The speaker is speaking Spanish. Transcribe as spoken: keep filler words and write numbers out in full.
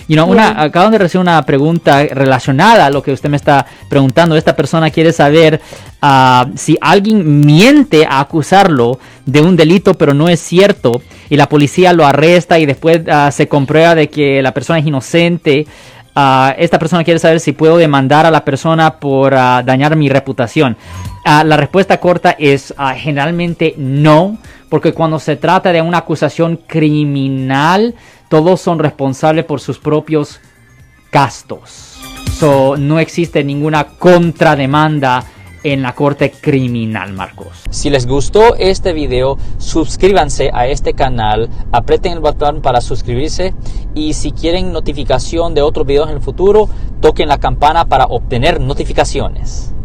You know, una, acaban de recibir una pregunta relacionada a lo que usted me está preguntando. Esta persona quiere saber uh, si alguien miente a acusarlo de un delito, pero no es cierto, y la policía lo arresta y después uh, se comprueba de que la persona es inocente. Uh, esta persona quiere saber si puedo demandar a la persona por uh, dañar mi reputación. Uh, la respuesta corta es uh, generalmente no, porque cuando se trata de una acusación criminal, todos son responsables por sus propios gastos. So, no existe ninguna contrademanda en la corte criminal, Marcos. Si les gustó este video, suscríbanse a este canal, aprieten el botón para suscribirse, y si quieren notificación de otros videos en el futuro, toquen la campana para obtener notificaciones.